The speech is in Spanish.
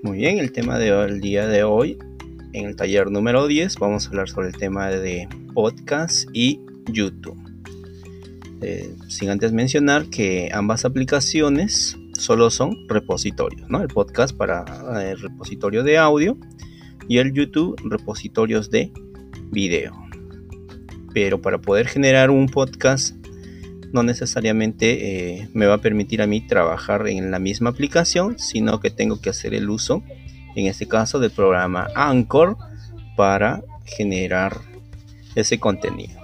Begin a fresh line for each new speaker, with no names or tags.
Muy bien, el tema del día de hoy, en el taller número 10, vamos a hablar sobre el tema de podcast y YouTube. Sin antes mencionar que ambas aplicaciones solo son repositorios, ¿no? El podcast para el repositorio de audio y el YouTube repositorios de video. Pero para poder generar un podcast no necesariamente me va a permitir a mí trabajar en la misma aplicación, sino que tengo que hacer el uso, en este caso, del programa Anchor para generar ese contenido.